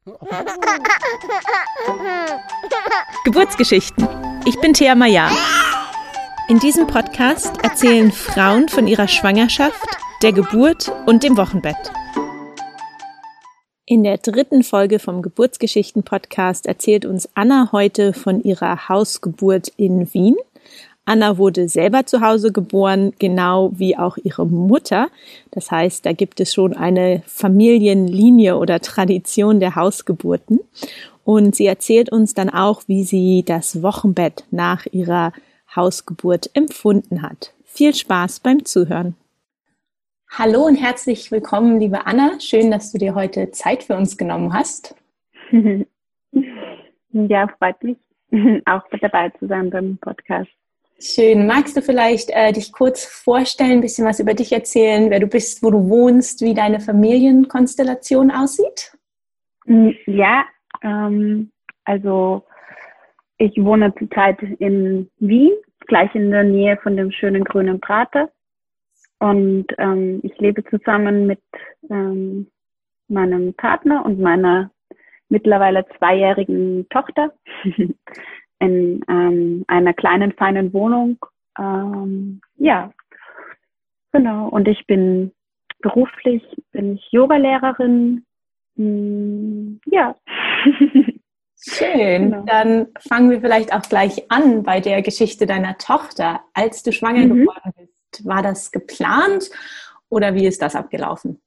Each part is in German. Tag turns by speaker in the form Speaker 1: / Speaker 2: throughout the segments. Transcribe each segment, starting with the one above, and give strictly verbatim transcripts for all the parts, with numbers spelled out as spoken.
Speaker 1: Geburtsgeschichten. Ich bin Thea Maya. In diesem Podcast erzählen Frauen von ihrer Schwangerschaft, der Geburt und dem Wochenbett. In der dritten Folge vom Geburtsgeschichten-Podcast erzählt uns Anna heute von ihrer Hausgeburt in Wien. Anna wurde selber zu Hause geboren, genau wie auch ihre Mutter. Das heißt, da gibt es schon eine Familienlinie oder Tradition der Hausgeburten. Und sie erzählt uns dann auch, wie sie das Wochenbett nach ihrer Hausgeburt empfunden hat. Viel Spaß beim Zuhören.
Speaker 2: Hallo und herzlich willkommen, liebe Anna. Schön, dass du dir heute Zeit für uns genommen hast.
Speaker 3: Ja, freut mich, auch mit dabei zu sein beim Podcast.
Speaker 2: Schön. Magst du vielleicht äh, dich kurz vorstellen, ein bisschen was über dich erzählen, wer du bist, wo du wohnst, wie deine Familienkonstellation aussieht?
Speaker 3: Ja, ähm, also ich wohne zurzeit in Wien, gleich in der Nähe von dem schönen grünen Prater. Und ähm, ich lebe zusammen mit ähm, meinem Partner und meiner mittlerweile zweijährigen Tochter in ähm, einer kleinen, feinen Wohnung. Ähm, ja, genau. Und ich bin beruflich, bin ich Yogalehrerin. Hm, ja.
Speaker 2: Schön. Genau. Dann fangen wir vielleicht auch gleich an bei der Geschichte deiner Tochter. Als du schwanger mhm. geworden bist, war das geplant oder wie ist das abgelaufen?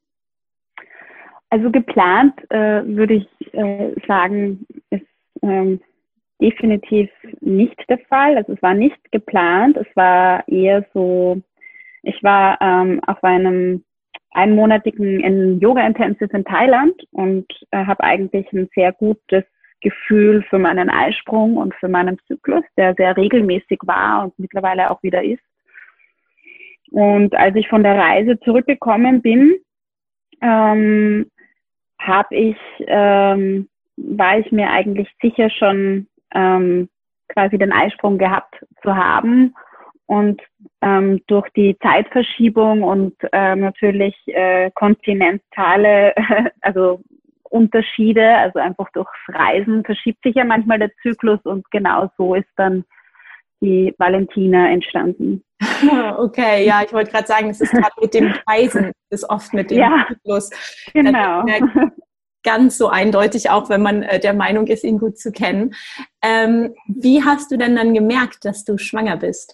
Speaker 3: Also geplant, äh, würde ich äh, sagen, ist ähm, definitiv nicht der Fall. Also es war nicht geplant. Es war eher so, ich war ähm, auf einem einmonatigen in Yoga Intensive in Thailand und äh, habe eigentlich ein sehr gutes Gefühl für meinen Eisprung und für meinen Zyklus, der sehr regelmäßig war und mittlerweile auch wieder ist. Und als ich von der Reise zurückgekommen bin, ähm, habe ich, ähm, war ich mir eigentlich sicher schon ähm, quasi den Eisprung gehabt zu haben. Und ähm, durch die Zeitverschiebung und äh, natürlich äh, kontinentale, also Unterschiede, also einfach durchs Reisen verschiebt sich ja manchmal der Zyklus und genau so ist dann die Valentina entstanden.
Speaker 2: Okay, ja, ich wollte gerade sagen, es ist gerade mit dem Reisen, ist oft mit dem
Speaker 3: ja,
Speaker 2: Zyklus.
Speaker 3: Genau.
Speaker 2: Ganz so eindeutig, auch wenn man äh, der Meinung ist, ihn gut zu kennen. Ähm, wie hast du denn dann gemerkt, dass du schwanger bist?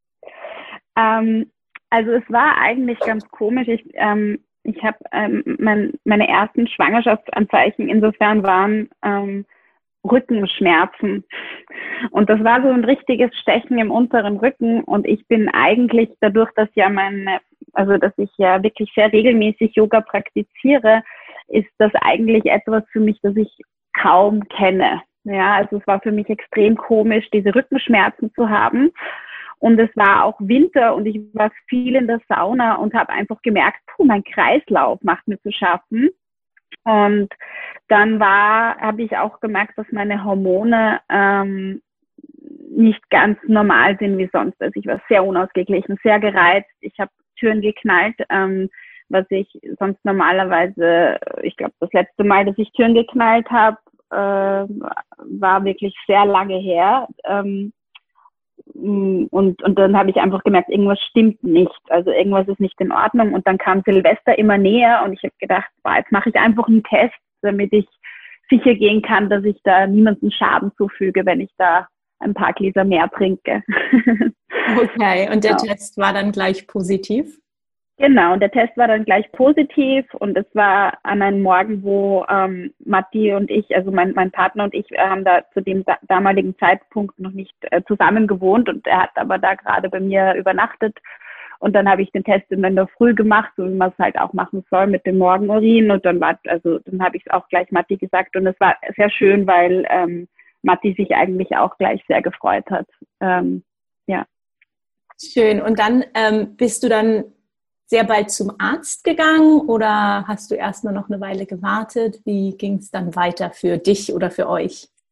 Speaker 3: Ähm, also es war eigentlich ganz komisch. Ich, ähm, ich habe ähm, mein, meine ersten Schwangerschaftsanzeichen insofern waren ähm, Rückenschmerzen. Und das war so ein richtiges Stechen im unteren Rücken. Und ich bin eigentlich dadurch, dass ja meine, also dass ich ja wirklich sehr regelmäßig Yoga praktiziere, ist das eigentlich etwas für mich, das ich kaum kenne. Ja, also es war für mich extrem komisch, diese Rückenschmerzen zu haben. Und es war auch Winter und ich war viel in der Sauna und habe einfach gemerkt, puh, mein Kreislauf macht mir zu schaffen. Und dann war, habe ich auch gemerkt, dass meine Hormone ähm, nicht ganz normal sind wie sonst. Also ich war sehr unausgeglichen, sehr gereizt. Ich habe Türen geknallt, ähm, was ich sonst normalerweise, ich glaube, das letzte Mal, dass ich Türen geknallt habe, äh, war wirklich sehr lange her. Ähm, und, und dann habe ich einfach gemerkt, irgendwas stimmt nicht. Also irgendwas ist nicht in Ordnung. Und dann kam Silvester immer näher und ich habe gedacht, boah, jetzt mache ich einfach einen Test, damit ich sicher gehen kann, dass ich da niemandem Schaden zufüge, wenn ich da ein paar Gläser mehr trinke.
Speaker 2: Okay, und der
Speaker 3: genau.
Speaker 2: Test war dann gleich positiv?
Speaker 3: Genau, und der Test war dann gleich positiv und es war an einem Morgen, wo ähm, Matti und ich, also mein, mein Partner und ich, äh, haben da zu dem da- damaligen Zeitpunkt noch nicht äh, zusammen gewohnt und er hat aber da gerade bei mir übernachtet und dann habe ich den Test in der Früh gemacht, so wie man es halt auch machen soll mit dem Morgenurin und dann war, also dann habe ich es auch gleich Matti gesagt und es war sehr schön, weil ähm, Matti sich eigentlich auch gleich sehr gefreut hat. Ähm, ja.
Speaker 2: Schön. Und dann ähm, bist du dann sehr bald zum Arzt gegangen oder hast du erst mal noch eine Weile gewartet? Wie ging es dann weiter für dich oder für euch?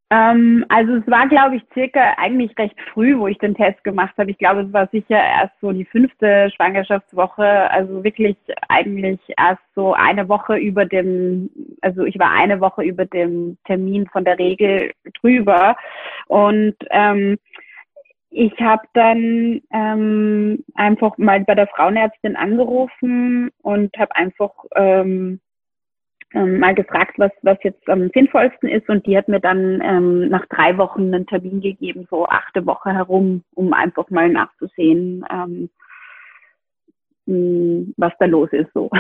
Speaker 3: Ähm, also es war, glaube ich, circa eigentlich recht früh, wo ich den Test gemacht habe. Ich glaube, es war sicher erst so die fünfte Schwangerschaftswoche, also wirklich eigentlich erst so eine Woche über dem, also ich war eine Woche über dem Termin von der Regel drüber. Und ähm, ich habe dann ähm, einfach mal bei der Frauenärztin angerufen und habe einfach ähm, ähm, mal gefragt, was, was jetzt am sinnvollsten ist. Und die hat mir dann ähm, nach drei Wochen einen Termin gegeben, so achte Woche herum, um einfach mal nachzusehen, ähm, mh, was da los ist. So.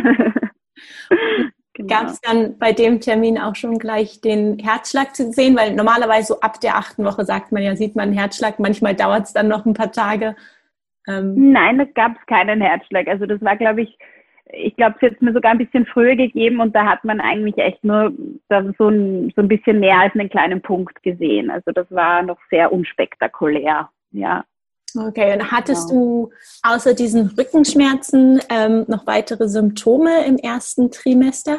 Speaker 2: Genau. Gab es dann bei dem Termin auch schon gleich den Herzschlag zu sehen? Weil normalerweise so ab der achten Woche sagt man ja, sieht man einen Herzschlag. Manchmal dauert es dann noch ein paar Tage.
Speaker 3: Ähm Nein, da gab es keinen Herzschlag. Also das war, glaube ich, ich glaube, es hat mir sogar ein bisschen früher gegeben und da hat man eigentlich echt nur so ein, so ein bisschen mehr als einen kleinen Punkt gesehen. Also das war noch sehr unspektakulär, ja.
Speaker 2: Okay, und hattest genau. du außer diesen Rückenschmerzen ähm, noch weitere Symptome im ersten Trimester?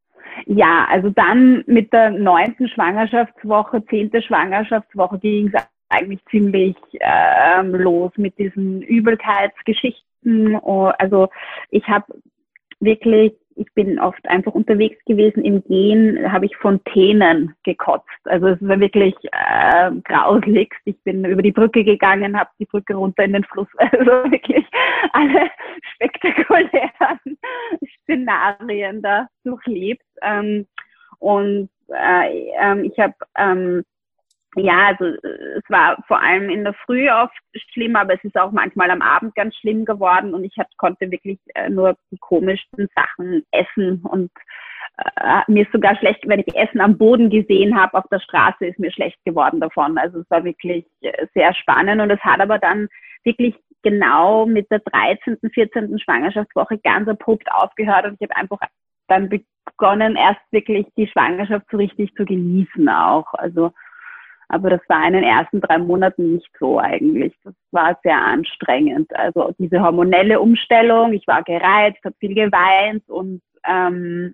Speaker 3: Ja, also dann mit der neunten Schwangerschaftswoche, zehnte Schwangerschaftswoche ging es eigentlich ziemlich ähm, los mit diesen Übelkeitsgeschichten. Also ich habe wirklich, ich bin oft einfach unterwegs gewesen, im Gehen habe ich Fontänen gekotzt. Also es war wirklich äh, grauslig. Ich bin über die Brücke gegangen, habe die Brücke runter in den Fluss. Also wirklich alle spektakulären Szenarien da durchlebt. Ähm, und äh, ähm, ich habe ähm, ja, also es war vor allem in der Früh oft schlimm, aber es ist auch manchmal am Abend ganz schlimm geworden und ich hab, konnte wirklich äh, nur die komischsten Sachen essen und äh, mir ist sogar schlecht, wenn ich Essen am Boden gesehen habe, auf der Straße ist mir schlecht geworden davon. Also es war wirklich äh, sehr spannend und es hat aber dann wirklich genau mit der dreizehnten, vierzehnten Schwangerschaftswoche ganz abrupt aufgehört und ich habe einfach dann begonnen, erst wirklich die Schwangerschaft so richtig zu genießen auch. Also aber das war in den ersten drei Monaten nicht so eigentlich. Das war sehr anstrengend. Also diese hormonelle Umstellung, ich war gereizt, habe viel geweint und ähm,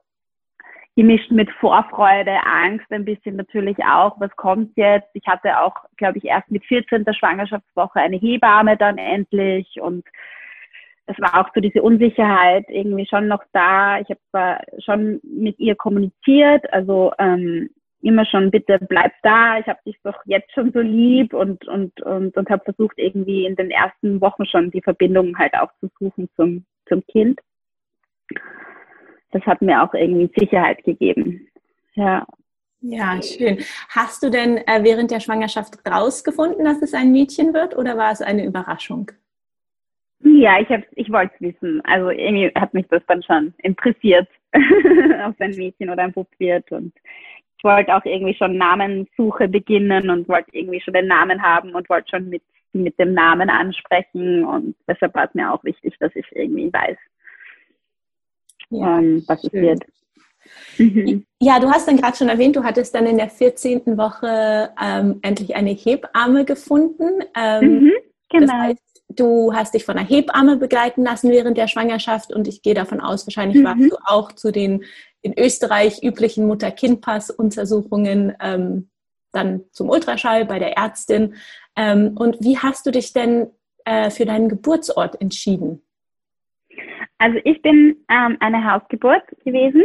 Speaker 3: gemischt mit Vorfreude, Angst ein bisschen natürlich auch. Was kommt jetzt? Ich hatte auch, glaube ich, erst mit vierzehnter Schwangerschaftswoche eine Hebamme dann endlich und es war auch so diese Unsicherheit irgendwie schon noch da. Ich habe zwar schon mit ihr kommuniziert, also ähm, immer schon, bitte bleib da, ich habe dich doch jetzt schon so lieb und und und und habe versucht irgendwie in den ersten Wochen schon die Verbindung halt auch zu suchen zum zum Kind. Das hat mir auch irgendwie Sicherheit gegeben. Ja.
Speaker 2: Ja, schön. Hast du denn äh, während der Schwangerschaft rausgefunden, dass es ein Mädchen wird oder war es eine Überraschung?
Speaker 3: Ja, ich hab, ich wollte es wissen. Also irgendwie hat mich das dann schon interessiert, ob es ein Mädchen oder ein Bub wird und ich wollte auch irgendwie schon Namenssuche beginnen und wollte irgendwie schon den Namen haben und wollte schon mit, mit dem Namen ansprechen. Und deshalb war es mir auch wichtig, dass ich irgendwie weiß, ja, ähm, was schön. Es wird.
Speaker 2: Mhm. Ja, du hast dann gerade schon erwähnt, du hattest dann in der vierzehnten Woche ähm, endlich eine Hebamme gefunden. Ähm,
Speaker 3: mhm, genau.
Speaker 2: Das heißt, du hast dich von einer Hebamme begleiten lassen während der Schwangerschaft und ich gehe davon aus, wahrscheinlich mhm. warst du auch zu den in Österreich üblichen Mutter-Kind-Pass-Untersuchungen ähm, dann zum Ultraschall bei der Ärztin. Ähm, und wie hast du dich denn äh, für deinen Geburtsort entschieden?
Speaker 3: Also ich bin ähm, eine Hausgeburt gewesen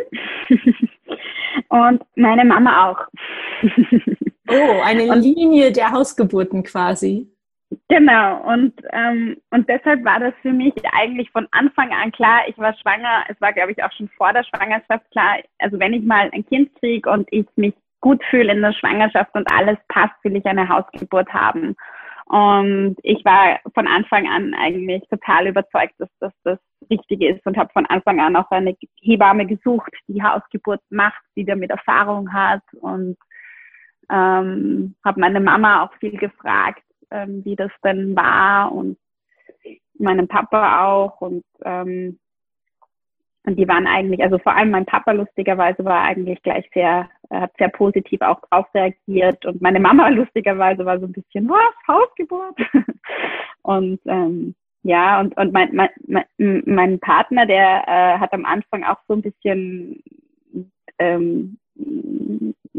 Speaker 3: und meine Mama auch.
Speaker 2: Oh, eine und, Linie der Hausgeburten quasi.
Speaker 3: Genau, und ähm, und deshalb war das für mich eigentlich von Anfang an klar, ich war schwanger, es war, glaube ich, auch schon vor der Schwangerschaft klar, also wenn ich mal ein Kind kriege und ich mich gut fühle in der Schwangerschaft und alles passt, will ich eine Hausgeburt haben. Und ich war von Anfang an eigentlich total überzeugt, dass das das Richtige ist und habe von Anfang an auch eine Hebamme gesucht, die Hausgeburt macht, die damit Erfahrung hat und ähm, habe meine Mama auch viel gefragt, ähm, wie das denn war und meinen Papa auch und ähm, und die waren eigentlich, also vor allem mein Papa lustigerweise war eigentlich gleich sehr, hat sehr positiv auch drauf reagiert und meine Mama lustigerweise war so ein bisschen, was, Hausgeburt? Und ähm, ja, und und mein mein mein, mein Partner, der äh, hat am Anfang auch so ein bisschen ähm,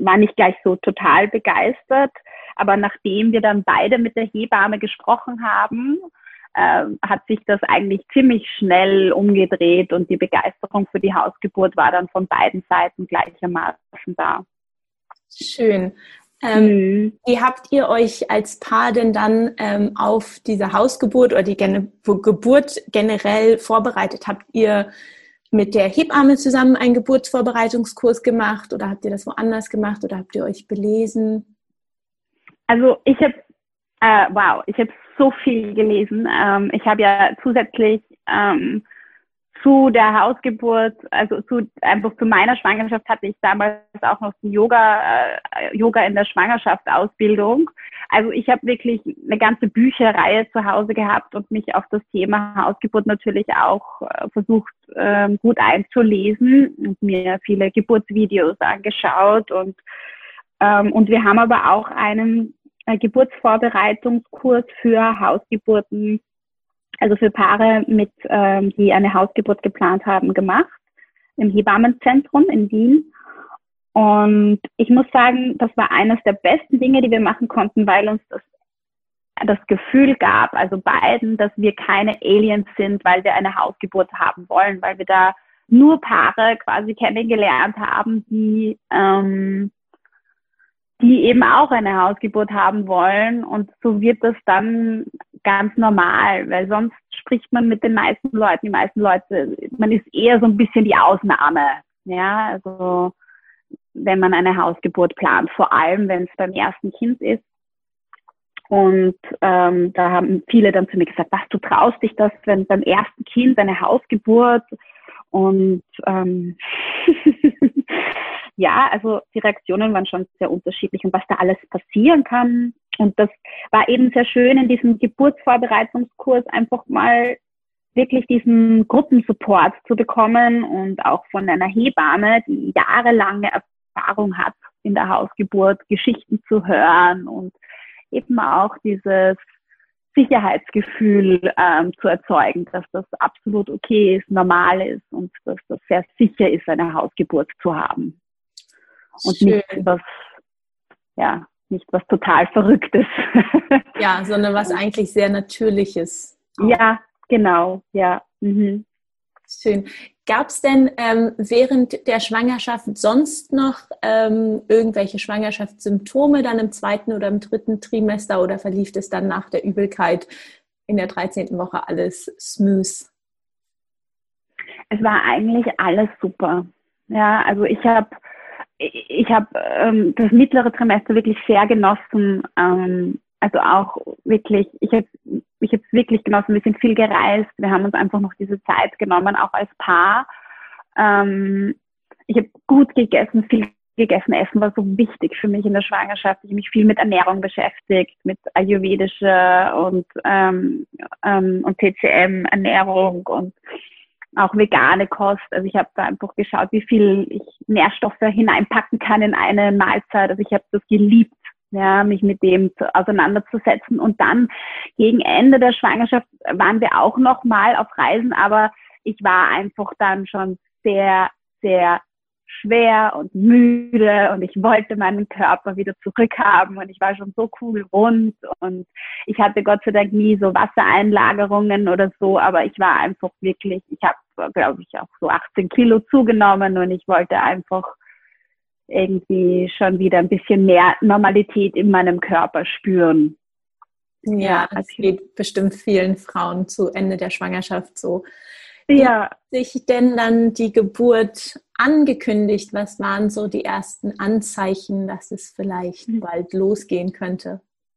Speaker 3: war nicht gleich so total begeistert. Aber nachdem wir dann beide mit der Hebamme gesprochen haben, äh, hat sich das eigentlich ziemlich schnell umgedreht und die Begeisterung für die Hausgeburt war dann von beiden Seiten gleichermaßen da.
Speaker 2: Schön. Ähm, mhm. Wie habt ihr euch als Paar denn dann ähm, auf diese Hausgeburt oder die Gen- Geburt generell vorbereitet? Habt ihr mit der Hebamme zusammen einen Geburtsvorbereitungskurs gemacht oder habt ihr das woanders gemacht oder habt ihr euch belesen?
Speaker 3: Also ich habe, äh, wow, ich habe so viel gelesen. Ähm, ich habe ja zusätzlich ähm, zu der Hausgeburt, also zu, einfach zu meiner Schwangerschaft hatte ich damals auch noch die Yoga, äh, Yoga in der Schwangerschaft Ausbildung. Also ich habe wirklich eine ganze Bücherreihe zu Hause gehabt und mich auf das Thema Hausgeburt natürlich auch äh, versucht, äh, gut einzulesen und mir viele Geburtsvideos angeschaut. Und, ähm, und wir haben aber auch einen äh, Geburtsvorbereitungskurs für Hausgeburten, also für Paare, mit, ähm, die eine Hausgeburt geplant haben, gemacht im Hebammenzentrum in Wien. Und ich muss sagen, das war eines der besten Dinge, die wir machen konnten, weil uns das, das Gefühl gab, also beiden, dass wir keine Aliens sind, weil wir eine Hausgeburt haben wollen, weil wir da nur Paare quasi kennengelernt haben, die ähm, die eben auch eine Hausgeburt haben wollen. Und so wird das dann ganz normal, weil sonst spricht man mit den meisten Leuten, die meisten Leute, man ist eher so ein bisschen die Ausnahme, ja, also wenn man eine Hausgeburt plant, vor allem wenn es beim ersten Kind ist. Und ähm, da haben viele dann zu mir gesagt, was, du traust dich das, wenn beim ersten Kind eine Hausgeburt? Und ähm, ja, also die Reaktionen waren schon sehr unterschiedlich und was da alles passieren kann. Und das war eben sehr schön in diesem Geburtsvorbereitungskurs einfach mal wirklich diesen Gruppensupport zu bekommen und auch von einer Hebamme, die jahrelange Erfahrung hat in der Hausgeburt, Geschichten zu hören und eben auch dieses Sicherheitsgefühl ähm, zu erzeugen, dass das absolut okay ist, normal ist und dass das sehr sicher ist, eine Hausgeburt zu haben. Und Schön. nicht was, ja, nicht was total Verrücktes.
Speaker 2: Ja, sondern was eigentlich sehr Natürliches.
Speaker 3: Auch. Ja, genau, ja. Mhm.
Speaker 2: Schön. Gab es denn ähm, während der Schwangerschaft sonst noch ähm, irgendwelche Schwangerschaftssymptome dann im zweiten oder im dritten Trimester oder verlief es dann nach der Übelkeit in der dreizehnten Woche alles smooth?
Speaker 3: Es war eigentlich alles super. Ja, also ich habe ich habe ähm, das mittlere Trimester wirklich sehr genossen. Ähm, also auch wirklich, ich habe ich habe es wirklich genossen. Wir sind viel gereist. Wir haben uns einfach noch diese Zeit genommen, auch als Paar. Ähm, ich habe gut gegessen, viel gegessen. Essen war so wichtig für mich in der Schwangerschaft. Ich habe mich viel mit Ernährung beschäftigt, mit ayurvedischer und, ähm, ähm, und T C M-Ernährung und auch vegane Kost. Also ich habe da einfach geschaut, wie viel ich Nährstoffe hineinpacken kann in eine Mahlzeit. Also ich habe das geliebt, ja, mich mit dem zu, auseinanderzusetzen. Und dann gegen Ende der Schwangerschaft waren wir auch noch mal auf Reisen, aber ich war einfach dann schon sehr, sehr schwer und müde und ich wollte meinen Körper wieder zurückhaben und ich war schon so kugelrund und ich hatte Gott sei Dank nie so Wassereinlagerungen oder so, aber ich war einfach wirklich, ich habe, glaube ich, auch so achtzehn Kilo zugenommen und ich wollte einfach irgendwie schon wieder ein bisschen mehr Normalität in meinem Körper spüren.
Speaker 2: Ja, das geht bestimmt vielen Frauen zu Ende der Schwangerschaft so.
Speaker 3: Ja.
Speaker 2: Wie hat sich denn dann die Geburt angekündigt? Was waren so die ersten Anzeichen, dass es vielleicht bald losgehen könnte?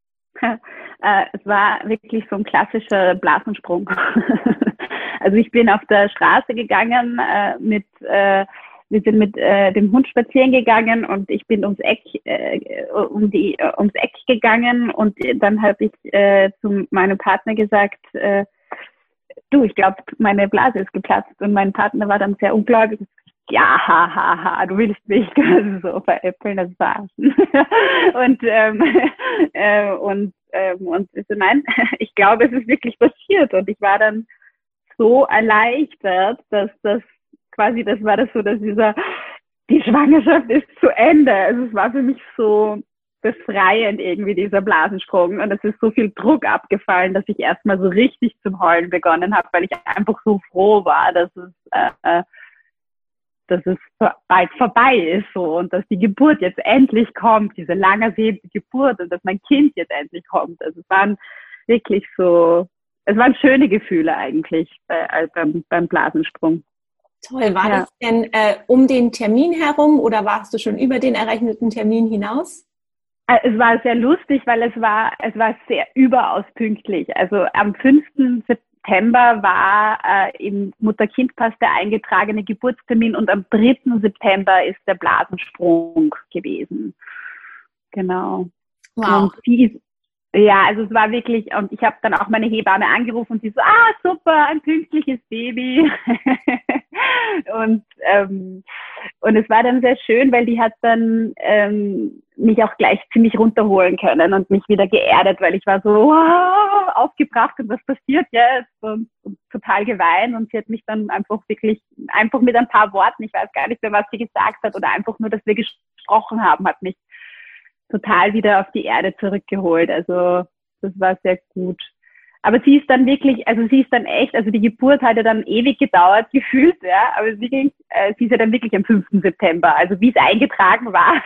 Speaker 3: Äh, es war wirklich so ein klassischer Blasensprung. Also ich bin auf der Straße gegangen äh, mit, äh, wir sind mit äh, dem Hund spazieren gegangen und ich bin ums Eck, äh, um die, äh, ums Eck gegangen und dann habe ich äh, zu meinem Partner gesagt, äh, du, ich glaube, meine Blase ist geplatzt und mein Partner war dann sehr ungläubig. Ja, ha, ha, ha, du willst mich so veräppeln, das war's. und, ähm, äh, und, ähm, und ich so, nein, ich glaube, es ist wirklich passiert und ich war dann so erleichtert, dass das quasi, das war das so, dass dieser, die Schwangerschaft ist zu Ende. Also es war für mich so befreiend irgendwie, dieser Blasensprung. Und es ist so viel Druck abgefallen, dass ich erstmal so richtig zum Heulen begonnen habe, weil ich einfach so froh war, dass es, äh, dass es bald vorbei ist so und dass die Geburt jetzt endlich kommt, diese lang ersehnte Geburt und dass mein Kind jetzt endlich kommt. Also es waren wirklich so, es waren schöne Gefühle eigentlich bei, beim, beim Blasensprung.
Speaker 2: Toll. War
Speaker 3: Ja.
Speaker 2: das denn äh, um den Termin herum oder warst du schon über den errechneten Termin hinaus?
Speaker 3: Es war sehr lustig, weil es war, es war sehr überaus pünktlich. Also am fünften September war äh, im Mutter-Kind-Pass der eingetragene Geburtstermin und am dritten September ist der Blasensprung gewesen. Genau.
Speaker 2: Wow.
Speaker 3: Und die, ja, also es war wirklich, und ich habe dann auch meine Hebamme angerufen und sie so, ah, super, ein pünktliches Baby. und, ähm, und es war dann sehr schön, weil die hat dann ähm, mich auch gleich ziemlich runterholen können und mich wieder geerdet, weil ich war so wow, aufgebracht und was passiert jetzt und, und total geweint und sie hat mich dann einfach wirklich, einfach mit ein paar Worten, ich weiß gar nicht mehr, was sie gesagt hat oder einfach nur, dass wir gesprochen haben, hat mich total wieder auf die Erde zurückgeholt. Also das war sehr gut. Aber sie ist dann wirklich, also sie ist dann echt, also die Geburt hat ja dann ewig gedauert, gefühlt, ja, aber wirklich, äh, sie ist ja dann wirklich am fünften September, also wie es eingetragen war,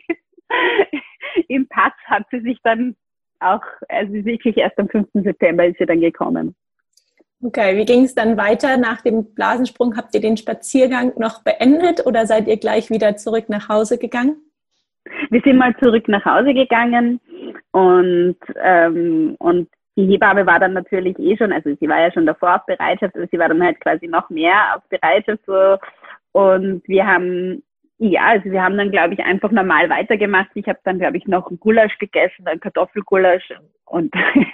Speaker 3: im Pass hat sie sich dann auch, also wirklich erst am fünften September ist sie dann gekommen.
Speaker 2: Okay, wie ging es dann weiter nach dem Blasensprung? Habt ihr den Spaziergang noch beendet oder seid ihr gleich wieder zurück nach Hause gegangen?
Speaker 3: Wir sind mal zurück nach Hause gegangen und, ähm, und die Hebamme war dann natürlich eh schon, also sie war ja schon davor auf Bereitschaft, aber sie war dann halt quasi noch mehr auf Bereitschaft so. Und wir haben, ja, also wir haben dann, glaube ich, einfach normal weitergemacht. Ich habe dann, glaube ich, noch einen Gulasch gegessen, einen Kartoffelgulasch und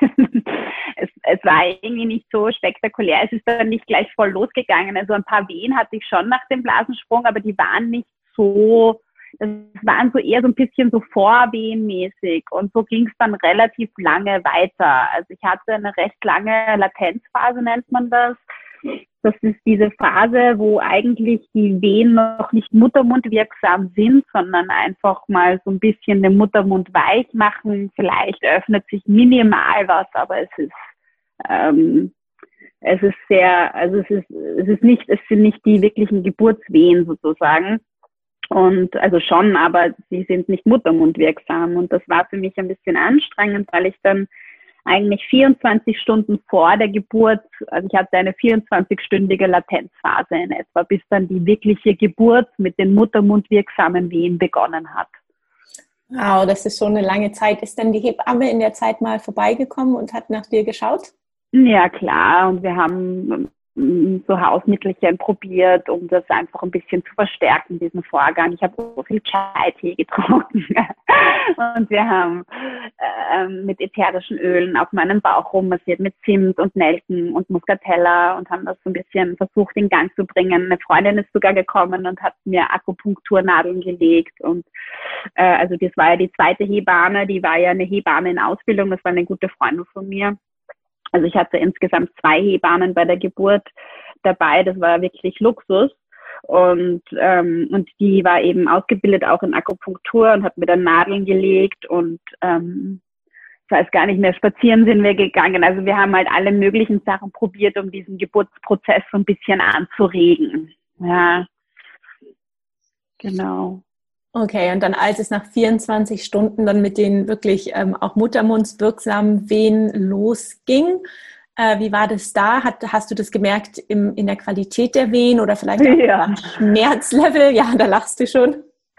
Speaker 3: es, es war irgendwie nicht so spektakulär. Es ist dann nicht gleich voll losgegangen. Also ein paar Wehen hatte ich schon nach dem Blasensprung, aber die waren nicht so, das waren so eher so ein bisschen so vorwehenmäßig und so ging es dann relativ lange weiter. Also ich hatte eine recht lange Latenzphase, nennt man das. Das ist diese Phase, wo eigentlich die Wehen noch nicht muttermundwirksam sind, sondern einfach mal so ein bisschen den Muttermund weich machen. Vielleicht öffnet sich minimal was, aber es ist ähm, es ist sehr, also es ist es ist nicht, es sind nicht die wirklichen Geburtswehen sozusagen. Und also schon, aber sie sind nicht muttermundwirksam. Und das war für mich ein bisschen anstrengend, weil ich dann eigentlich vierundzwanzig Stunden vor der Geburt, also ich hatte eine vierundzwanzig-stündige Latenzphase in etwa, bis dann die wirkliche Geburt mit den muttermundwirksamen Wehen begonnen hat.
Speaker 2: Wow, das ist schon eine lange Zeit. Ist denn die Hebamme in der Zeit mal vorbeigekommen und hat nach dir geschaut?
Speaker 3: Ja, klar. Und wir haben so Hausmittelchen probiert, um das einfach ein bisschen zu verstärken, diesen Vorgang. Ich habe so viel Chai-Tee getrunken und wir haben äh, mit ätherischen Ölen auf meinen Bauch rummassiert, mit Zimt und Nelken und Muscatella und haben das so ein bisschen versucht in Gang zu bringen. Eine Freundin ist sogar gekommen und hat mir Akupunkturnadeln gelegt und äh, also das war ja die zweite Hebamme, die war ja eine Hebamme in Ausbildung, das war eine gute Freundin von mir. Also ich hatte insgesamt zwei Hebammen bei der Geburt dabei. Das war wirklich Luxus. Und, ähm, und die war eben ausgebildet auch in Akupunktur und hat mir dann Nadeln gelegt. Und ähm, ich weiß gar nicht mehr, spazieren sind wir gegangen. Also wir haben halt alle möglichen Sachen probiert, um diesen Geburtsprozess so ein bisschen anzuregen. Ja, genau.
Speaker 2: Okay, und dann als es nach vierundzwanzig Stunden dann mit den wirklich ähm, auch muttermundswirksamen Wehen losging, äh, wie war das da? Hat, hast du das gemerkt im, in der Qualität der Wehen oder vielleicht auch
Speaker 3: ja.
Speaker 2: am Schmerzlevel? Ja, da lachst du schon.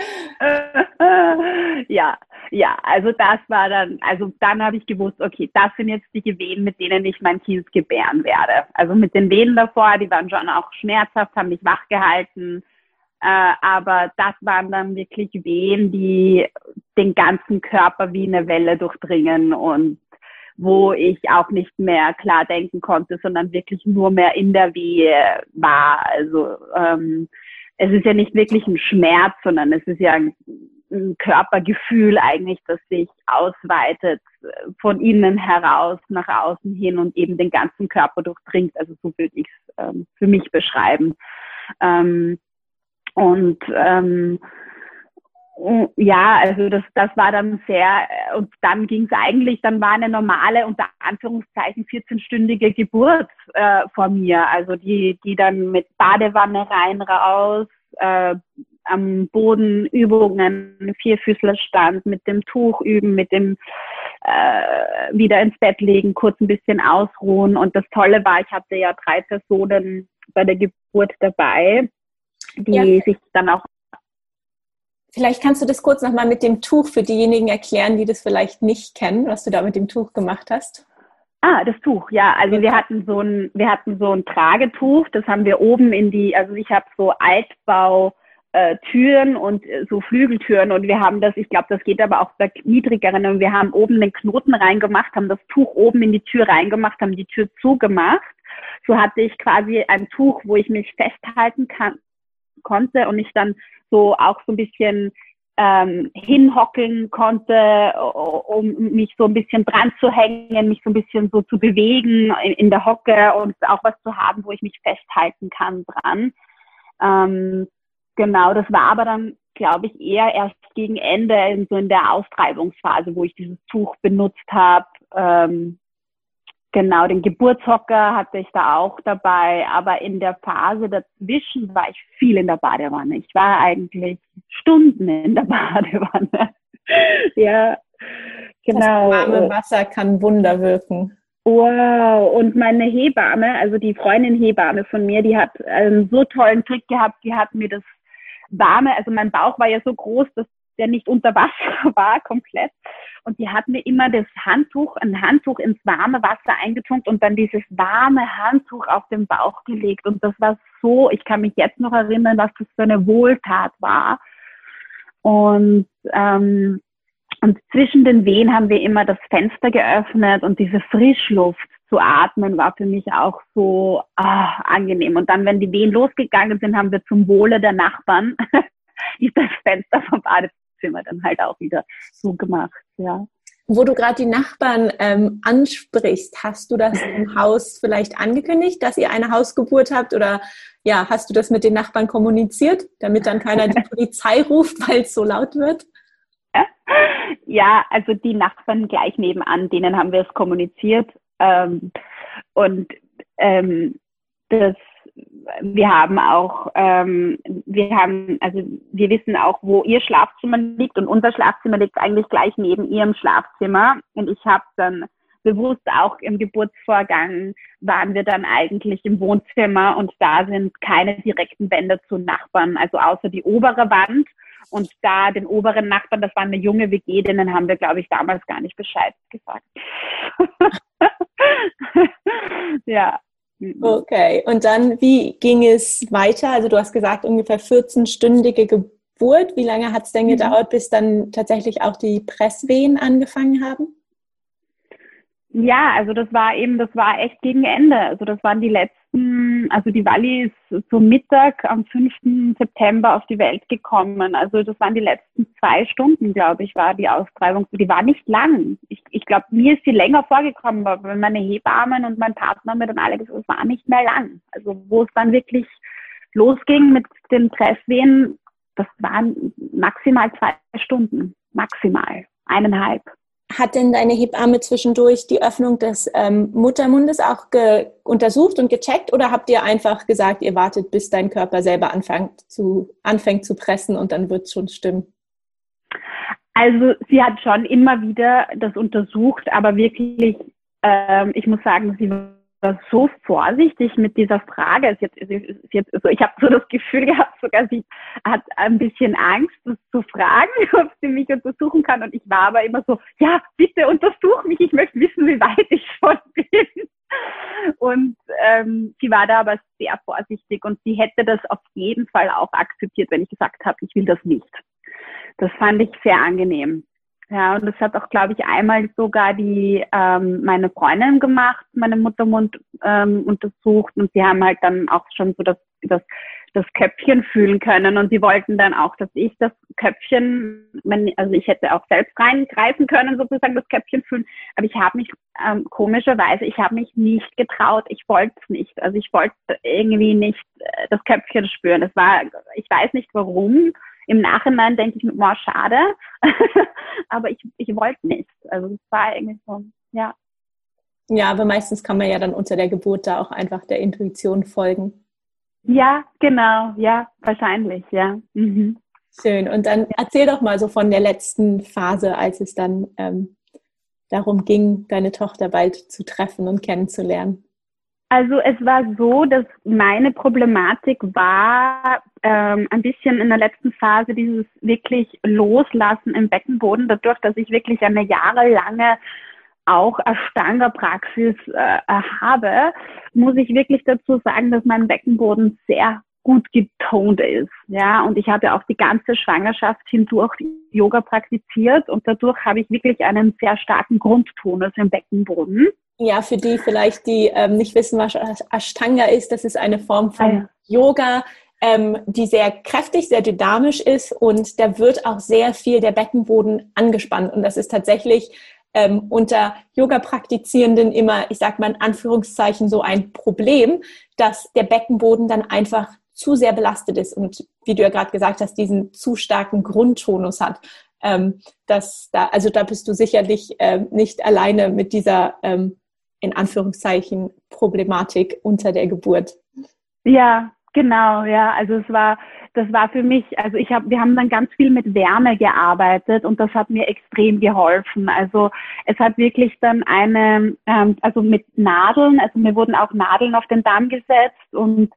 Speaker 3: ja, ja, also das war dann, also dann habe ich gewusst, okay, das sind jetzt die Wehen, mit denen ich mein Kind gebären werde. Also mit den Wehen davor, die waren schon auch schmerzhaft, haben mich wach gehalten. Äh, aber das waren dann wirklich Wehen, die den ganzen Körper wie eine Welle durchdringen und wo ich auch nicht mehr klar denken konnte, sondern wirklich nur mehr in der Wehe war. Also ähm, es ist ja nicht wirklich ein Schmerz, sondern es ist ja ein, ein Körpergefühl eigentlich, das sich ausweitet von innen heraus nach außen hin und eben den ganzen Körper durchdringt. Also so würde ich es ähm, für mich beschreiben. Ähm, Und ähm, ja, also das, das war dann sehr, und dann ging es eigentlich, dann war eine normale, unter Anführungszeichen, vierzehnstündige Geburt äh, vor mir. Also die, die dann mit Badewanne rein, raus, äh, am Boden Übungen, Vierfüßlerstand, mit dem Tuch üben, mit dem äh, wieder ins Bett legen, kurz ein bisschen ausruhen. Und das Tolle war, ich hatte ja drei Personen bei der Geburt dabei, die ja. sich dann auch...
Speaker 2: Vielleicht kannst du das kurz nochmal mit dem Tuch für diejenigen erklären, die das vielleicht nicht kennen, was du da mit dem Tuch gemacht hast.
Speaker 3: Ah, das Tuch, ja. Also wir hatten so ein, wir hatten so ein Tragetuch, das haben wir oben in die, also ich habe so Altbau äh, Türen und äh, so Flügeltüren und wir haben das, ich glaube, das geht aber auch bei niedrigeren, und wir haben oben den Knoten reingemacht, haben das Tuch oben in die Tür reingemacht, haben die Tür zugemacht. So hatte ich quasi ein Tuch, wo ich mich festhalten kann, konnte und ich dann so auch so ein bisschen ähm, hinhockeln konnte, um mich so ein bisschen dran zu hängen, mich so ein bisschen so zu bewegen in, in der Hocke und auch was zu haben, wo ich mich festhalten kann dran. Ähm, genau, das war aber dann, glaube ich, eher erst gegen Ende, in, so in der Austreibungsphase, wo ich dieses Tuch benutzt habe. Ähm, Genau, den Geburtshocker hatte ich da auch dabei, aber in der Phase dazwischen war ich viel in der Badewanne. Ich war eigentlich Stunden in der Badewanne. Ja, genau.
Speaker 2: Das warme Wasser kann Wunder wirken.
Speaker 3: Wow, und meine Hebamme, also die Freundin Hebamme von mir, die hat einen so tollen Trick gehabt, die hat mir das warme, also mein Bauch war ja so groß, dass der nicht unter Wasser war, komplett. Und die hat mir immer das Handtuch, ein Handtuch ins warme Wasser eingetunkt und dann dieses warme Handtuch auf den Bauch gelegt. Und das war so, ich kann mich jetzt noch erinnern, was das für eine Wohltat war. Und, ähm, und zwischen den Wehen haben wir immer das Fenster geöffnet und diese Frischluft zu atmen war für mich auch so ah, angenehm. Und dann, wenn die Wehen losgegangen sind, haben wir zum Wohle der Nachbarn ist das Fenster vom Badezimmer dann halt auch wieder so gemacht, ja.
Speaker 2: Wo du gerade die Nachbarn ähm, ansprichst, hast du das im Haus vielleicht angekündigt, dass ihr eine Hausgeburt habt, oder ja, hast du das mit den Nachbarn kommuniziert, damit dann keiner die Polizei ruft, weil es so laut wird?
Speaker 3: Ja, also die Nachbarn gleich nebenan, denen haben wir es kommuniziert, ähm, und ähm, das wir haben auch, ähm, wir haben, also wir wissen auch, wo ihr Schlafzimmer liegt, und unser Schlafzimmer liegt eigentlich gleich neben ihrem Schlafzimmer. Und ich habe dann bewusst auch im Geburtsvorgang waren wir dann eigentlich im Wohnzimmer, und da sind keine direkten Wände zu Nachbarn, also außer die obere Wand. Und da den oberen Nachbarn, das war eine junge W G, denen haben wir, glaube ich, damals gar nicht Bescheid gesagt. Ja.
Speaker 2: Okay, und dann, wie ging es weiter? Also du hast gesagt, ungefähr vierzehnstündige Geburt. Wie lange hat es denn gedauert, bis dann tatsächlich auch die Presswehen angefangen haben?
Speaker 3: Ja, also das war eben, das war echt gegen Ende. Also das waren die letzten, also die Wally ist so Mittag am fünften September auf die Welt gekommen. Also das waren die letzten zwei Stunden, glaube ich, war die Austreibung. Die war nicht lang. Ich, ich glaube, mir ist sie länger vorgekommen, aber meine Hebammen und mein Partner haben mir dann alle gesagt, es war nicht mehr lang. Also wo es dann wirklich losging mit den Presswehen, das waren maximal zwei Stunden. Maximal. Eineinhalb.
Speaker 2: Hat denn deine Hebamme zwischendurch die Öffnung des ähm, Muttermundes auch ge- untersucht und gecheckt, oder habt ihr einfach gesagt, ihr wartet, bis dein Körper selber anfängt zu, anfängt zu pressen und dann wird es schon stimmen?
Speaker 3: Also sie hat schon immer wieder das untersucht, aber wirklich, ähm, ich muss sagen, sie war so vorsichtig mit dieser Frage. Es jetzt, es jetzt, also ich habe so das Gefühl gehabt, sogar sie hat ein bisschen Angst, das zu fragen, ob sie mich untersuchen kann. Und ich war aber immer so, ja, bitte untersuch mich, ich möchte wissen, wie weit ich schon bin. Und ähm, sie war da aber sehr vorsichtig, und sie hätte das auf jeden Fall auch akzeptiert, wenn ich gesagt habe, ich will das nicht. Das fand ich sehr angenehm. Ja, und das hat auch, glaube ich, einmal sogar die ähm, meine Freundin gemacht, meine Muttermund ähm, untersucht, und sie haben halt dann auch schon so das, das, das Köpfchen fühlen können, und sie wollten dann auch, dass ich das Köpfchen, also ich hätte auch selbst reingreifen können, sozusagen das Köpfchen fühlen, aber ich habe mich ähm, komischerweise, ich habe mich nicht getraut, ich wollte es nicht, also ich wollte irgendwie nicht äh, das Köpfchen spüren. Das war, ich weiß nicht warum. Im Nachhinein denke ich mir, boah, schade, aber ich, ich wollte nicht. Also es war irgendwie so, ja.
Speaker 2: Ja, aber meistens kann man ja dann unter der Geburt da auch einfach der Intuition folgen.
Speaker 3: Ja, genau, ja, wahrscheinlich, ja. Mhm.
Speaker 2: Schön. Und dann erzähl doch mal so von der letzten Phase, als es dann ähm, darum ging, deine Tochter bald zu treffen und kennenzulernen.
Speaker 3: Also es war so, dass meine Problematik war ähm, ein bisschen in der letzten Phase dieses wirklich Loslassen im Beckenboden, dadurch, dass ich wirklich eine jahrelange auch Ashtanga-Praxis äh, habe, muss ich wirklich dazu sagen, dass mein Beckenboden sehr gut getoned ist. Ja, und ich habe ja auch die ganze Schwangerschaft hindurch Yoga praktiziert, und dadurch habe ich wirklich einen sehr starken Grundtonus im Beckenboden.
Speaker 2: Ja, für die vielleicht, die ähm, nicht wissen, was Ashtanga ist, das ist eine Form von ah, ja. Yoga, ähm, die sehr kräftig, sehr dynamisch ist, und da wird auch sehr viel der Beckenboden angespannt, und das ist tatsächlich ähm, unter Yoga-Praktizierenden immer, ich sag mal in Anführungszeichen, so ein Problem, dass der Beckenboden dann einfach zu sehr belastet ist und, wie du ja gerade gesagt hast, diesen zu starken Grundtonus hat. Ähm, dass da, also da bist du sicherlich ähm, nicht alleine mit dieser ähm, in Anführungszeichen Problematik unter der Geburt.
Speaker 3: Ja, genau, ja. Also es war, das war für mich, also ich habe, wir haben dann ganz viel mit Wärme gearbeitet, und das hat mir extrem geholfen. Also es hat wirklich dann eine, ähm, also mit Nadeln, also mir wurden auch Nadeln auf den Darm gesetzt, und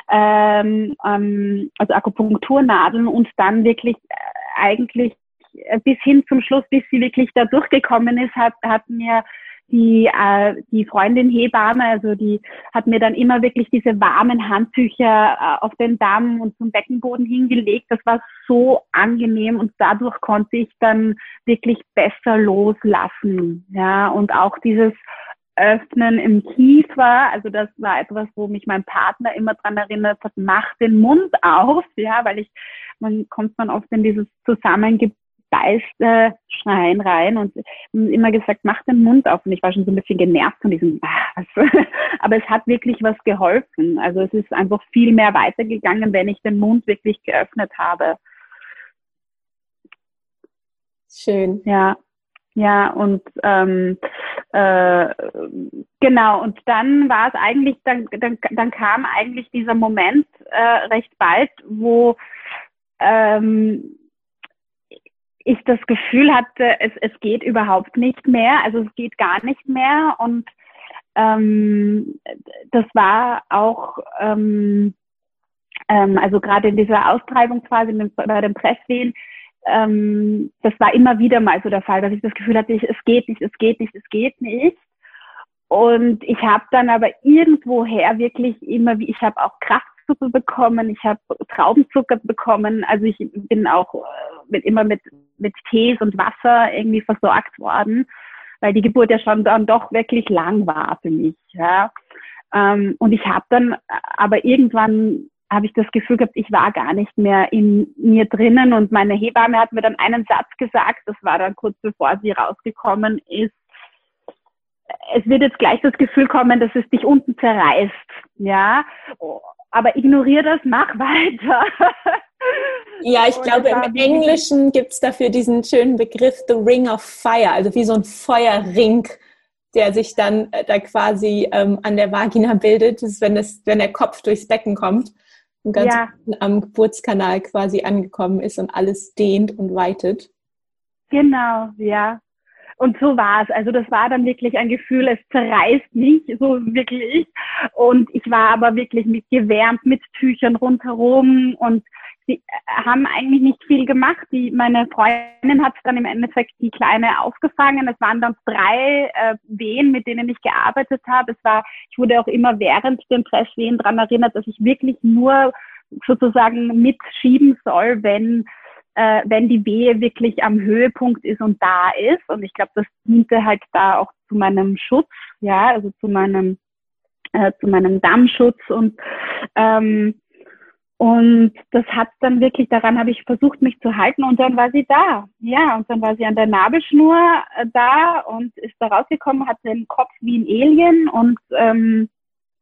Speaker 3: ähm, ähm, also Akupunkturnadeln, und dann wirklich äh, eigentlich bis hin zum Schluss, bis sie wirklich da durchgekommen ist, hat, hat mir die, äh, die Freundin Hebamme, also die hat mir dann immer wirklich diese warmen Handtücher äh, auf den Darm und zum Beckenboden hingelegt. Das war so angenehm, und dadurch konnte ich dann wirklich besser loslassen. Ja, und auch dieses Öffnen im Kiefer, also das war etwas, wo mich mein Partner immer dran erinnert hat, mach den Mund auf, ja, weil ich, man kommt man oft in dieses Zusammengebet beißte Schreien rein, und immer gesagt, mach den Mund auf, und ich war schon so ein bisschen genervt von diesem, aber es hat wirklich was geholfen. Also es ist einfach viel mehr weitergegangen, wenn ich den Mund wirklich geöffnet habe.
Speaker 2: Schön.
Speaker 3: Ja, ja, und ähm, äh, genau, und dann war es eigentlich, dann, dann, dann kam eigentlich dieser Moment äh, recht bald, wo ähm, ich das Gefühl hatte, es, es geht überhaupt nicht mehr, also es geht gar nicht mehr, und ähm, das war auch, ähm, ähm, also gerade in dieser Austreibungsphase bei den Presswehen, ähm, das war immer wieder mal so der Fall, dass ich das Gefühl hatte, ich, es geht nicht, es geht nicht, es geht nicht. Und ich habe dann aber irgendwoher wirklich immer, ich habe auch Kraftsuppe bekommen, ich habe Traubenzucker bekommen, also ich bin auch mit, immer mit, mit Tees und Wasser irgendwie versorgt worden, weil die Geburt ja schon dann doch wirklich lang war für mich. Ja. Ähm, und ich habe dann, aber irgendwann habe ich das Gefühl gehabt, ich war gar nicht mehr in mir drinnen, und meine Hebamme hat mir dann einen Satz gesagt, das war dann kurz bevor sie rausgekommen ist: Es wird jetzt gleich das Gefühl kommen, dass es dich unten zerreißt, ja, aber ignoriere das, mach weiter.
Speaker 2: Ja, ich glaube, im Englischen gibt es dafür diesen schönen Begriff The Ring of Fire, also wie so ein Feuerring, der sich dann äh, da quasi ähm, an der Vagina bildet. Das ist, wenn, das, wenn der Kopf durchs Becken kommt und ganz
Speaker 3: ja.
Speaker 2: am Geburtskanal quasi angekommen ist und alles dehnt und weitet.
Speaker 3: Genau, ja. Und so war es. Also das war dann wirklich ein Gefühl, es zerreißt mich, so wirklich. Und ich war aber wirklich mit gewärmt, mit Tüchern rundherum, und sie haben eigentlich nicht viel gemacht. Die, meine Freundin hat dann im Endeffekt die Kleine aufgefangen. Es waren dann drei äh, Wehen, mit denen ich gearbeitet habe. Es war, ich wurde auch immer während den Presswehen daran erinnert, dass ich wirklich nur sozusagen mitschieben soll, wenn äh, wenn die Wehe wirklich am Höhepunkt ist und da ist. Und ich glaube, das diente halt da auch zu meinem Schutz, ja, also zu meinem, äh, zu meinem Dammschutz und ähm, und das hat dann wirklich, daran habe ich versucht, mich zu halten und dann war sie da. Ja, und dann war sie an der Nabelschnur äh, da und ist da rausgekommen, hatte den Kopf wie ein Alien und ähm,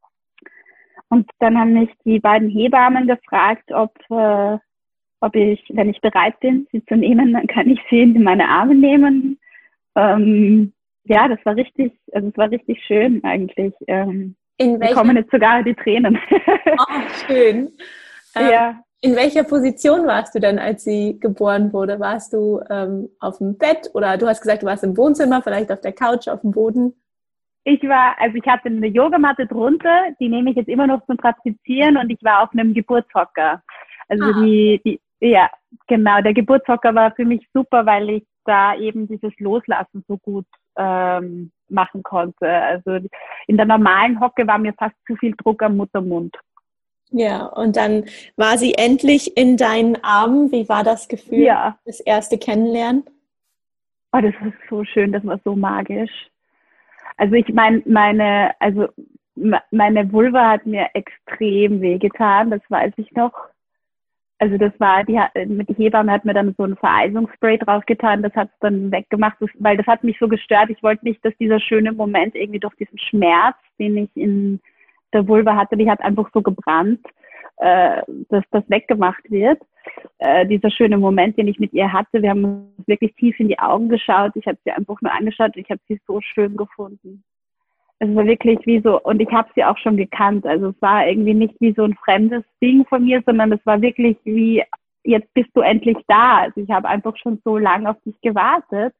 Speaker 3: und dann haben mich die beiden Hebammen gefragt, ob äh, ob ich, wenn ich bereit bin, sie zu nehmen, dann kann ich sie in meine Arme nehmen. Ähm, ja, das war richtig, also es war richtig schön eigentlich. Ähm,
Speaker 2: in
Speaker 3: welcher... kommen jetzt sogar die Tränen.
Speaker 2: Oh, schön. Ähm,
Speaker 3: ja.
Speaker 2: In welcher Position warst du denn, als sie geboren wurde? Warst du ähm, auf dem Bett oder du hast gesagt, du warst im Wohnzimmer, vielleicht auf der Couch, auf dem Boden?
Speaker 3: Ich war, also ich hatte eine Yogamatte drunter, die nehme ich jetzt immer noch zum Praktizieren und ich war auf einem Geburtshocker. Also ah. die, die, ja, genau, der Geburtshocker war für mich super, weil ich da eben dieses Loslassen so gut ähm, machen konnte. Also in der normalen Hocke war mir fast zu viel Druck am Muttermund.
Speaker 2: Ja, und dann war sie endlich in deinen Armen. Wie war das Gefühl,
Speaker 3: ja.
Speaker 2: das erste Kennenlernen?
Speaker 3: Oh, das war so schön, das war so magisch. Also ich meine, meine, also meine Vulva hat mir extrem wehgetan, das weiß ich noch. Also das war, die mit die Hebamme hat mir dann so ein Vereisungsspray draufgetan, das hat es dann weggemacht, das, weil das hat mich so gestört. Ich wollte nicht, dass dieser schöne Moment irgendwie durch diesen Schmerz, den ich in der Vulva hatte, die hat einfach so gebrannt, äh, dass das weggemacht wird. Äh, dieser schöne Moment, den ich mit ihr hatte, wir haben uns wirklich tief in die Augen geschaut, ich habe sie einfach nur angeschaut und ich habe sie so schön gefunden. Es war wirklich wie so, und ich habe sie auch schon gekannt, also es war irgendwie nicht wie so ein fremdes Ding von mir, sondern es war wirklich wie, jetzt bist du endlich da. Also ich habe einfach schon so lange auf dich gewartet.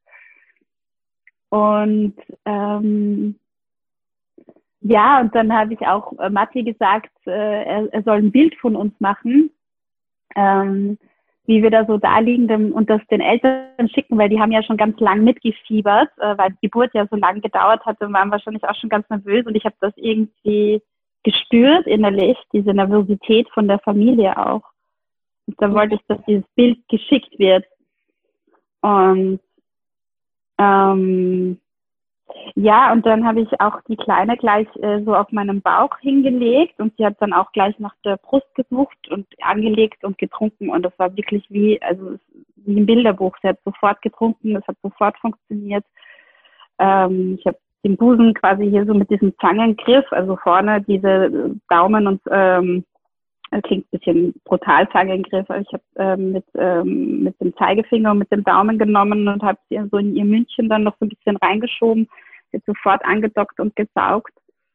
Speaker 3: Und ähm, ja, und dann habe ich auch äh, Matti gesagt, äh, er, er soll ein Bild von uns machen, ähm, wie wir da so da liegen und das den Eltern schicken, weil die haben ja schon ganz lang mitgefiebert, äh, weil die Geburt ja so lange gedauert hatte und waren wahrscheinlich auch schon ganz nervös und ich habe das irgendwie gespürt innerlich, diese Nervosität von der Familie auch. Und da wollte ich, dass dieses Bild geschickt wird. Und ähm, ja, und dann habe ich auch die Kleine gleich äh, so auf meinem Bauch hingelegt und sie hat dann auch gleich nach der Brust gesucht und angelegt und getrunken und das war wirklich wie, also wie ein Bilderbuch. Sie hat sofort getrunken, das hat sofort funktioniert. Ähm, ich habe den Busen quasi hier so mit diesem Zangengriff, also vorne diese Daumen und ähm, das klingt ein bisschen brutal, Zangengriff, aber ich habe ähm, mit, ähm, mit dem Zeigefinger und mit dem Daumen genommen und habe sie so in ihr Mündchen dann noch so ein bisschen reingeschoben, sie hat sofort angedockt und gesaugt.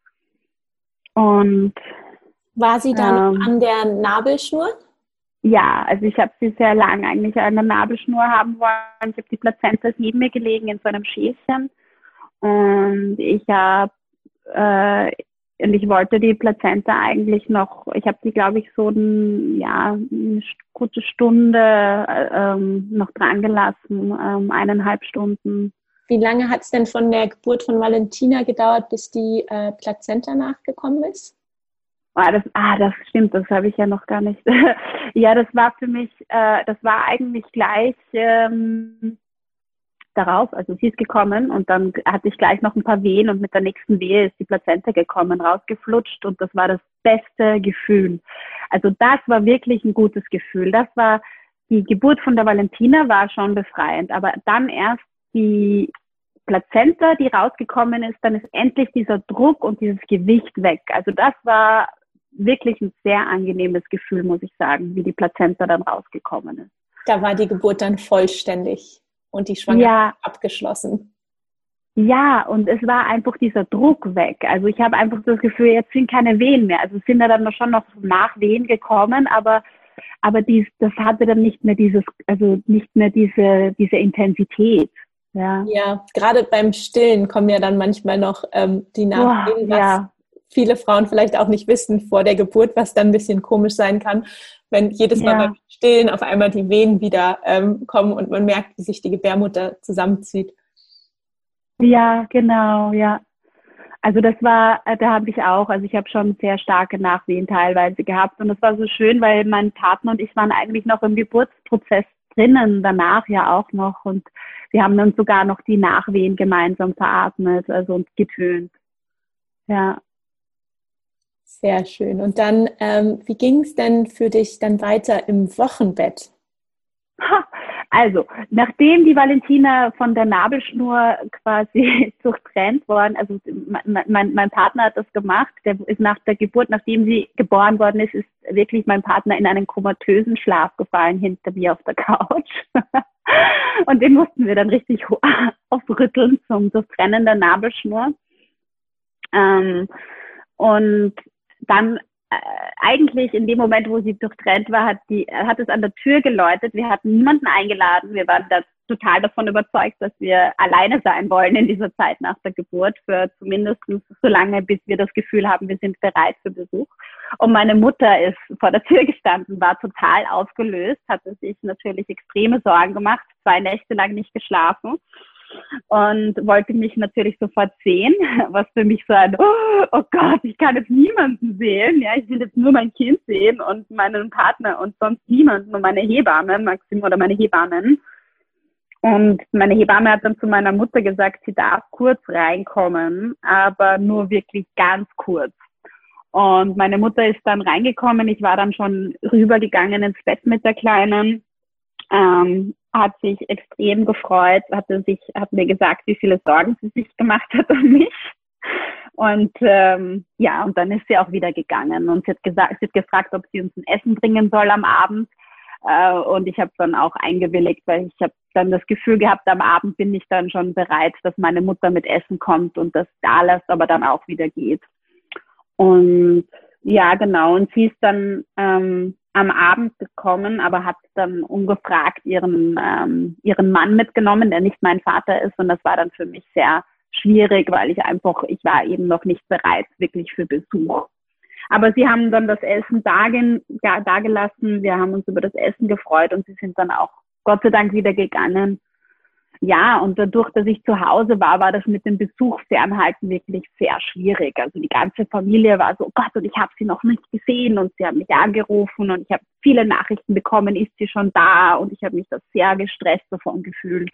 Speaker 3: Und
Speaker 2: war sie dann ähm, an der Nabelschnur?
Speaker 3: Ja, also ich habe sie sehr lange eigentlich an der Nabelschnur haben wollen. Ich habe die Plazenta neben mir gelegen in so einem Schälchen und ich habe äh, Und ich wollte die Plazenta eigentlich noch, ich habe die, glaube ich, so ein, ja, eine gute Stunde ähm, noch dran gelassen, ähm, eineinhalb Stunden.
Speaker 2: Wie lange hat es denn von der Geburt von Valentina gedauert, bis die äh, Plazenta nachgekommen ist?
Speaker 3: Ah, das, ah, das stimmt, das habe ich ja noch gar nicht. Ja, das war für mich, äh, das war eigentlich gleich ähm, darauf, also sie ist gekommen und dann hatte ich gleich noch ein paar Wehen und mit der nächsten Wehe ist die Plazenta gekommen, rausgeflutscht und das war das beste Gefühl. Also das war wirklich ein gutes Gefühl. Das war, die Geburt von der Valentina war schon befreiend, aber dann erst die Plazenta, die rausgekommen ist, dann ist endlich dieser Druck und dieses Gewicht weg. Also das war wirklich ein sehr angenehmes Gefühl, muss ich sagen, wie die Plazenta dann rausgekommen ist.
Speaker 2: Da war die Geburt dann vollständig. Und die Schwangerschaft ja. abgeschlossen.
Speaker 3: Ja, und es war einfach dieser Druck weg. Also ich habe einfach das Gefühl, jetzt sind keine Wehen mehr. Also es sind ja dann schon noch Nachwehen gekommen, aber aber dies, das hatte dann nicht mehr dieses, also nicht mehr diese diese Intensität. Ja,
Speaker 2: ja, gerade beim Stillen kommen ja dann manchmal noch ähm, die Nachwehen, was
Speaker 3: ja.
Speaker 2: viele Frauen vielleicht auch nicht wissen vor der Geburt, was dann ein bisschen komisch sein kann, wenn jedes Mal ja. beim Stillen auf einmal die Wehen wieder ähm, kommen und man merkt, wie sich die Gebärmutter zusammenzieht.
Speaker 3: Ja, genau, ja. Also das war, da habe ich auch, also ich habe schon sehr starke Nachwehen teilweise gehabt und das war so schön, weil mein Partner und ich waren eigentlich noch im Geburtsprozess drinnen danach ja auch noch. Und wir haben dann sogar noch die Nachwehen gemeinsam veratmet, also uns getönt. Ja.
Speaker 1: Sehr schön. Und dann, ähm, wie ging es denn für dich dann weiter im Wochenbett?
Speaker 3: Also, nachdem die Valentina von der Nabelschnur quasi durchtrennt worden, also mein, mein, mein Partner hat das gemacht, der ist nach der Geburt, nachdem sie geboren worden ist, ist wirklich mein Partner in einen komatösen Schlaf gefallen hinter mir auf der Couch. Und den mussten wir dann richtig aufrütteln zum Durchtrennen der Nabelschnur. Ähm, und dann eigentlich in dem Moment, wo sie durchtrennt war, hat, die, hat es an der Tür geläutet. Wir hatten niemanden eingeladen. Wir waren da total davon überzeugt, dass wir alleine sein wollen in dieser Zeit nach der Geburt, für zumindest so lange, bis wir das Gefühl haben, wir sind bereit für Besuch. Und meine Mutter ist vor der Tür gestanden, war total aufgelöst, hatte sich natürlich extreme Sorgen gemacht, zwei Nächte lang nicht geschlafen. Und wollte mich natürlich sofort sehen, was für mich so ein, oh, oh Gott, ich kann jetzt niemanden sehen, ja, ich will jetzt nur mein Kind sehen und meinen Partner und sonst niemanden und meine Hebamme, Maxim oder meine Hebammen. Und meine Hebamme hat dann zu meiner Mutter gesagt, sie darf kurz reinkommen, aber nur wirklich ganz kurz. Und meine Mutter ist dann reingekommen, ich war dann schon rübergegangen ins Bett mit der Kleinen, ähm, hat sich extrem gefreut, hatte sich, hat mir gesagt, wie viele Sorgen sie sich gemacht hat um mich. Und ähm, ja, und dann ist sie auch wieder gegangen und sie hat gesagt, sie hat gefragt, ob sie uns ein Essen bringen soll am Abend. Äh, und ich habe dann auch eingewilligt, weil ich habe dann das Gefühl gehabt, am Abend bin ich dann schon bereit, dass meine Mutter mit Essen kommt und das da lässt, aber dann auch wieder geht. Und ja, genau. Und sie ist dann ähm, am Abend gekommen, aber hat dann ungefragt ihren ähm, ihren Mann mitgenommen, der nicht mein Vater ist. Und das war dann für mich sehr schwierig, weil ich einfach, ich war eben noch nicht bereit wirklich für Besuch. Aber sie haben dann das Essen dagen, da, dagelassen. Wir haben uns über das Essen gefreut und sie sind dann auch Gott sei Dank wieder gegangen. Ja, und dadurch, dass ich zu Hause war, war das mit dem Besuch fernhalten wirklich sehr schwierig. Also die ganze Familie war so, oh Gott, und ich habe sie noch nicht gesehen und sie haben mich angerufen und ich habe viele Nachrichten bekommen, ist sie schon da? Und ich habe mich da sehr gestresst davon gefühlt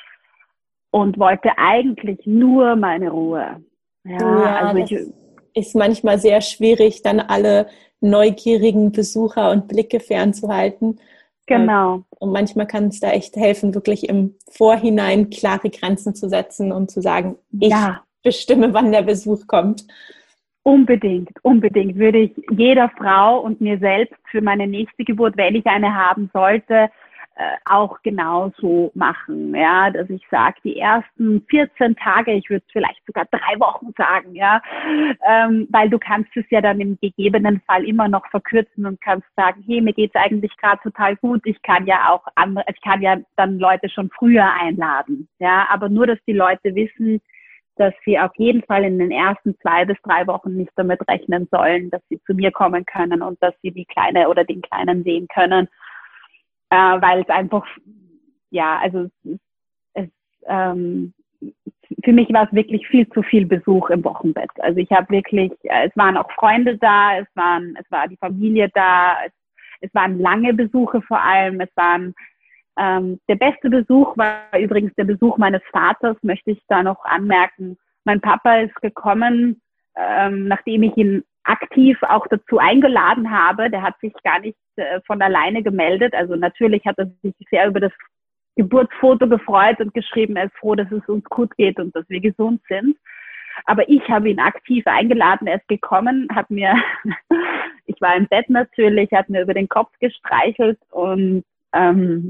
Speaker 3: und wollte eigentlich nur meine Ruhe. Ja,
Speaker 1: ja,
Speaker 3: also
Speaker 1: das
Speaker 3: ich,
Speaker 1: ist manchmal sehr schwierig, dann alle neugierigen Besucher und Blicke fernzuhalten.
Speaker 3: Genau.
Speaker 1: Und manchmal kann es da echt helfen, wirklich im Vorhinein klare Grenzen zu setzen und zu sagen, ich
Speaker 3: ja.
Speaker 1: bestimme, wann der Besuch kommt.
Speaker 3: Unbedingt, unbedingt würde ich jeder Frau und mir selbst für meine nächste Geburt, wenn ich eine haben sollte, äh, auch genauso machen. Ja, dass ich sage, die ersten vierzehn Tage, ich würde vielleicht sogar drei Wochen sagen, ja, ähm, weil du kannst es ja dann im gegebenen Fall immer noch verkürzen und kannst sagen, hey, mir geht's eigentlich gerade total gut. Ich kann ja auch andere, ich kann ja dann Leute schon früher einladen. Ja, aber nur, dass die Leute wissen, dass sie auf jeden Fall in den ersten zwei bis drei Wochen nicht damit rechnen sollen, dass sie zu mir kommen können und dass sie die Kleine oder den Kleinen sehen können, äh, weil es einfach, ja, also es, es ähm, für mich war es wirklich viel zu viel Besuch im Wochenbett. Also ich habe wirklich, es waren auch Freunde da, es waren, es war die Familie da, es, es waren lange Besuche vor allem, es waren Ähm, der beste Besuch war übrigens der Besuch meines Vaters, möchte ich da noch anmerken. Mein Papa ist gekommen, ähm, nachdem ich ihn aktiv auch dazu eingeladen habe. Der hat sich gar nicht äh, von alleine gemeldet. Also natürlich hat er sich sehr über das Geburtsfoto gefreut und geschrieben, er ist froh, dass es uns gut geht und dass wir gesund sind. Aber ich habe ihn aktiv eingeladen, er ist gekommen, hat mir, ich war im Bett natürlich, hat mir über den Kopf gestreichelt und ähm,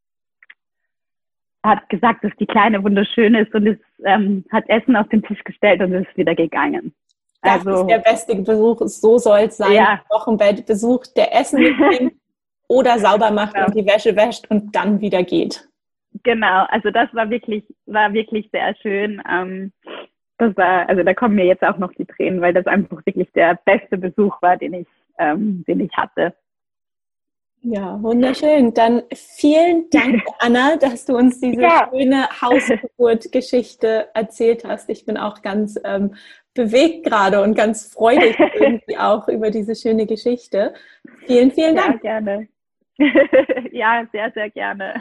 Speaker 3: hat gesagt, dass die Kleine wunderschön ist und ist, ähm, hat Essen auf den Tisch gestellt und ist wieder gegangen.
Speaker 1: Das
Speaker 3: also,
Speaker 1: ist der beste Besuch, so soll es sein.
Speaker 3: Ja.
Speaker 1: Wochenbettbesuch, der Essen mitbringt oder sauber macht
Speaker 3: Genau.
Speaker 1: und die Wäsche wäscht und dann wieder geht.
Speaker 3: Genau, also das war wirklich, war wirklich sehr schön. Ähm, das war, also da kommen mir jetzt auch noch die Tränen, weil das einfach wirklich der beste Besuch war, den ich, ähm, den ich hatte.
Speaker 1: Ja, wunderschön. Dann vielen Dank, Anna, dass du uns diese
Speaker 3: Ja.
Speaker 1: schöne Hausgeburt-Geschichte erzählt hast. Ich bin auch ganz ähm, bewegt gerade und ganz freudig irgendwie auch über diese schöne Geschichte. Vielen, vielen Dank.
Speaker 3: Ja, gerne. Ja, sehr, sehr gerne.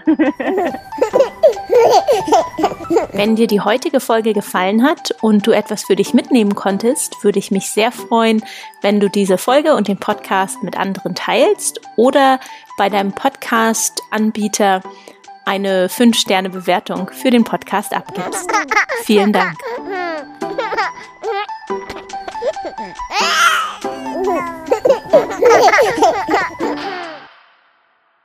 Speaker 1: Wenn dir die heutige Folge gefallen hat und du etwas für dich mitnehmen konntest, würde ich mich sehr freuen, wenn du diese Folge und den Podcast mit anderen teilst oder bei deinem Podcast-Anbieter eine fünf Sterne Bewertung für den Podcast abgibst. Vielen Dank.